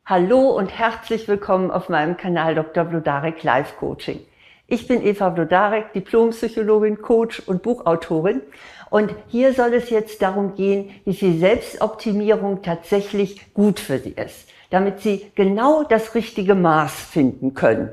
Hallo und herzlich willkommen auf meinem Kanal Dr. Wlodarek Life Coaching. Ich bin Eva Wlodarek, Diplompsychologin, Coach und Buchautorin. Und hier soll es jetzt darum gehen, wie viel Selbstoptimierung tatsächlich gut für Sie ist, damit Sie genau das richtige Maß finden können.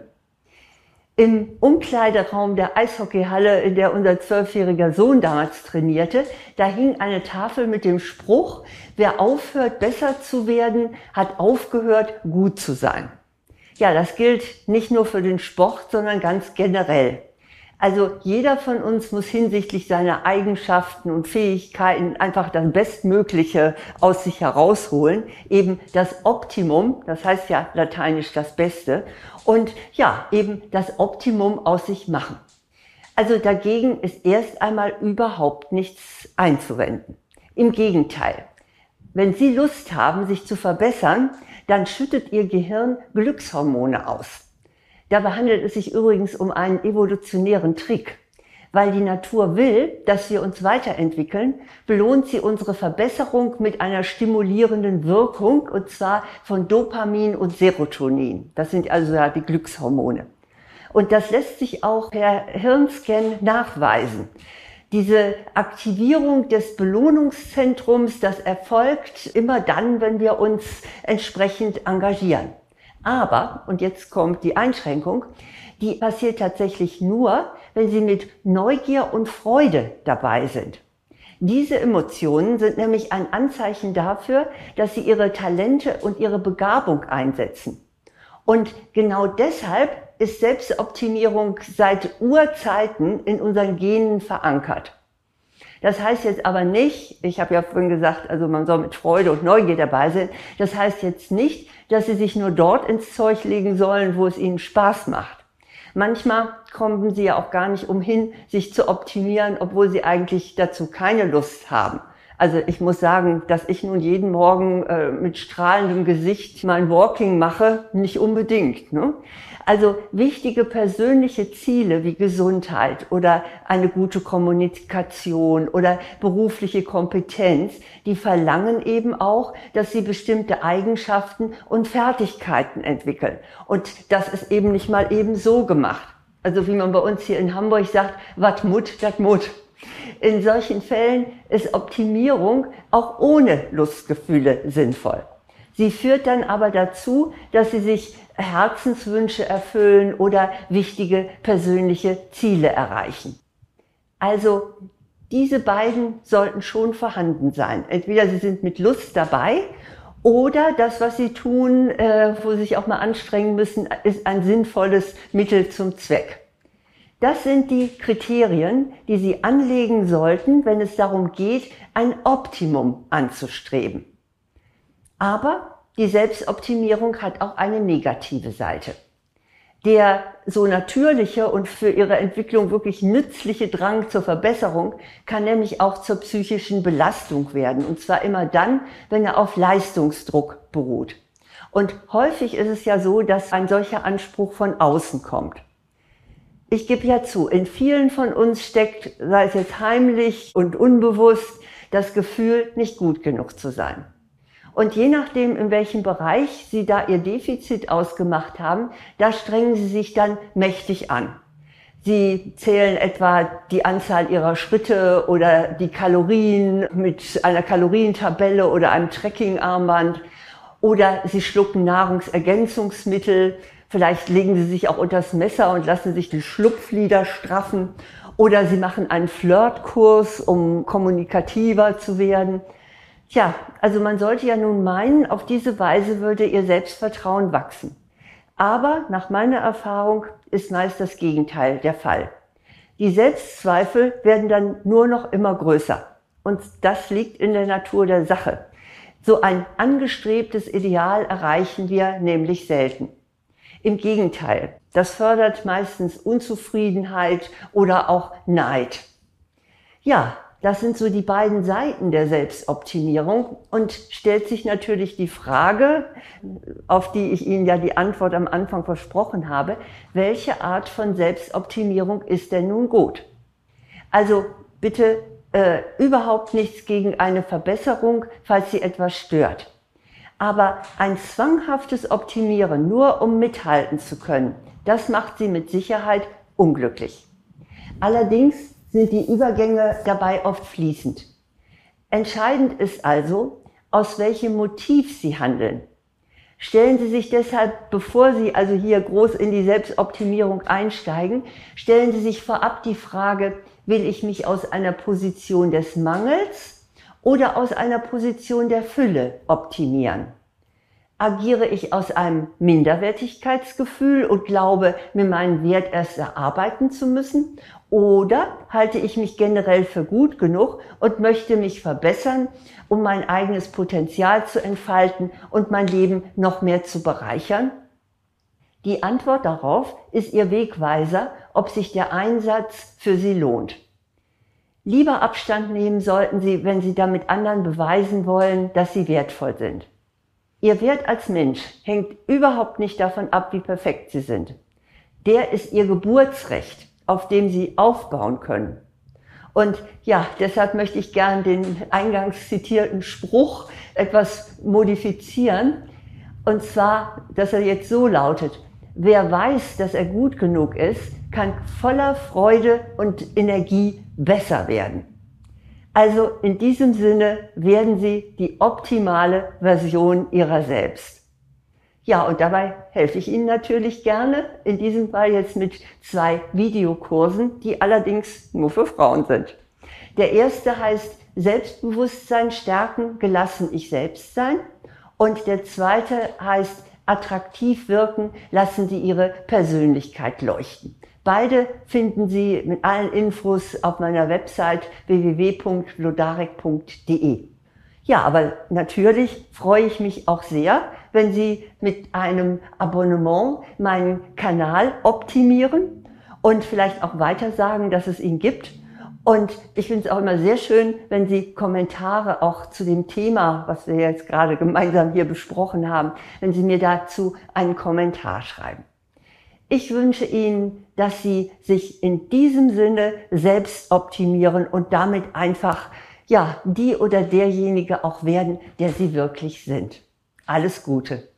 Im Umkleideraum der Eishockeyhalle, in der unser 12-jähriger Sohn damals trainierte, da hing eine Tafel mit dem Spruch: Wer aufhört, besser zu werden, hat aufgehört, gut zu sein. Ja, das gilt nicht nur für den Sport, sondern ganz generell. Also jeder von uns muss hinsichtlich seiner Eigenschaften und Fähigkeiten einfach das Bestmögliche aus sich herausholen, eben das Optimum, das heißt ja lateinisch das Beste, und ja, eben das Optimum aus sich machen. Also dagegen ist erst einmal überhaupt nichts einzuwenden. Im Gegenteil, wenn Sie Lust haben, sich zu verbessern, dann schüttet Ihr Gehirn Glückshormone aus. Dabei handelt es sich übrigens um einen evolutionären Trick. Weil die Natur will, dass wir uns weiterentwickeln, belohnt sie unsere Verbesserung mit einer stimulierenden Wirkung, und zwar von Dopamin und Serotonin. Das sind also ja die Glückshormone. Und das lässt sich auch per Hirnscan nachweisen. Diese Aktivierung des Belohnungszentrums, das erfolgt immer dann, wenn wir uns entsprechend engagieren. Aber, und jetzt kommt die Einschränkung, die passiert tatsächlich nur, wenn Sie mit Neugier und Freude dabei sind. Diese Emotionen sind nämlich ein Anzeichen dafür, dass Sie Ihre Talente und Ihre Begabung einsetzen. Und genau deshalb ist Selbstoptimierung seit Urzeiten in unseren Genen verankert. Das heißt jetzt aber nicht, ich habe ja vorhin gesagt, also man soll mit Freude und Neugier dabei sein, das heißt jetzt nicht, dass Sie sich nur dort ins Zeug legen sollen, wo es Ihnen Spaß macht. Manchmal kommen Sie ja auch gar nicht umhin, sich zu optimieren, obwohl Sie eigentlich dazu keine Lust haben. Also ich muss sagen, dass ich nun jeden Morgen mit strahlendem Gesicht mein Walking mache, nicht unbedingt, ne? Also wichtige persönliche Ziele wie Gesundheit oder eine gute Kommunikation oder berufliche Kompetenz, die verlangen eben auch, dass Sie bestimmte Eigenschaften und Fertigkeiten entwickeln. Und das ist eben nicht mal eben so gemacht. Also wie man bei uns hier in Hamburg sagt, wat mut, dat mut. In solchen Fällen ist Optimierung auch ohne Lustgefühle sinnvoll. Sie führt dann aber dazu, dass Sie sich Herzenswünsche erfüllen oder wichtige persönliche Ziele erreichen. Also diese beiden sollten schon vorhanden sein. Entweder Sie sind mit Lust dabei oder das, was Sie tun, wo Sie sich auch mal anstrengen müssen, ist ein sinnvolles Mittel zum Zweck. Das sind die Kriterien, die Sie anlegen sollten, wenn es darum geht, ein Optimum anzustreben. Aber die Selbstoptimierung hat auch eine negative Seite. Der so natürliche und für Ihre Entwicklung wirklich nützliche Drang zur Verbesserung kann nämlich auch zur psychischen Belastung werden. Und zwar immer dann, wenn er auf Leistungsdruck beruht. Und häufig ist es ja so, dass ein solcher Anspruch von außen kommt. Ich gebe ja zu, in vielen von uns steckt, sei es jetzt heimlich und unbewusst, das Gefühl, nicht gut genug zu sein. Und je nachdem, in welchem Bereich Sie da Ihr Defizit ausgemacht haben, da strengen Sie sich dann mächtig an. Sie zählen etwa die Anzahl Ihrer Schritte oder die Kalorien mit einer Kalorientabelle oder einem Tracking-Armband, oder Sie schlucken Nahrungsergänzungsmittel. Vielleicht legen Sie sich auch unters Messer und lassen sich die Schlupflider straffen. Oder Sie machen einen Flirtkurs, um kommunikativer zu werden. Tja, also man sollte ja nun meinen, auf diese Weise würde Ihr Selbstvertrauen wachsen. Aber nach meiner Erfahrung ist meist das Gegenteil der Fall. Die Selbstzweifel werden dann nur noch immer größer. Und das liegt in der Natur der Sache. So ein angestrebtes Ideal erreichen wir nämlich selten. Im Gegenteil, das fördert meistens Unzufriedenheit oder auch Neid. Ja, das sind so die beiden Seiten der Selbstoptimierung, und stellt sich natürlich die Frage, auf die ich Ihnen ja die Antwort am Anfang versprochen habe: Welche Art von Selbstoptimierung ist denn nun gut? Also bitte überhaupt nichts gegen eine Verbesserung, falls sie etwas stört. Aber ein zwanghaftes Optimieren, nur um mithalten zu können, das macht Sie mit Sicherheit unglücklich. Allerdings sind die Übergänge dabei oft fließend. Entscheidend ist also, aus welchem Motiv Sie handeln. Stellen Sie sich deshalb, bevor Sie also hier groß in die Selbstoptimierung einsteigen, stellen Sie sich vorab die Frage, will ich mich aus einer Position des Mangels oder aus einer Position der Fülle optimieren? Agiere ich aus einem Minderwertigkeitsgefühl und glaube, mir meinen Wert erst erarbeiten zu müssen? Oder halte ich mich generell für gut genug und möchte mich verbessern, um mein eigenes Potenzial zu entfalten und mein Leben noch mehr zu bereichern? Die Antwort darauf ist Ihr Wegweiser, ob sich der Einsatz für Sie lohnt. Lieber Abstand nehmen sollten Sie, wenn Sie damit anderen beweisen wollen, dass Sie wertvoll sind. Ihr Wert als Mensch hängt überhaupt nicht davon ab, wie perfekt Sie sind. Der ist Ihr Geburtsrecht, auf dem Sie aufbauen können. Und ja, deshalb möchte ich gern den eingangs zitierten Spruch etwas modifizieren. Und zwar, dass er jetzt so lautet: Wer weiß, dass er gut genug ist, kann voller Freude und Energie besser werden. Also in diesem Sinne werden Sie die optimale Version Ihrer selbst. Ja, und dabei helfe ich Ihnen natürlich gerne, in diesem Fall jetzt mit 2 Videokursen, die allerdings nur für Frauen sind. Der erste heißt Selbstbewusstsein stärken, gelassen ich selbst sein. Und der zweite heißt attraktiv wirken, lassen Sie Ihre Persönlichkeit leuchten. Beide finden Sie mit allen Infos auf meiner Website www.vlodarek.de. Ja, aber natürlich freue ich mich auch sehr, wenn Sie mit einem Abonnement meinen Kanal optimieren und vielleicht auch weiter sagen, dass es ihn gibt. Und ich finde es auch immer sehr schön, wenn Sie Kommentare auch zu dem Thema, was wir jetzt gerade gemeinsam hier besprochen haben, wenn Sie mir dazu einen Kommentar schreiben. Ich wünsche Ihnen, dass Sie sich in diesem Sinne selbst optimieren und damit einfach, ja, die oder derjenige auch werden, der Sie wirklich sind. Alles Gute.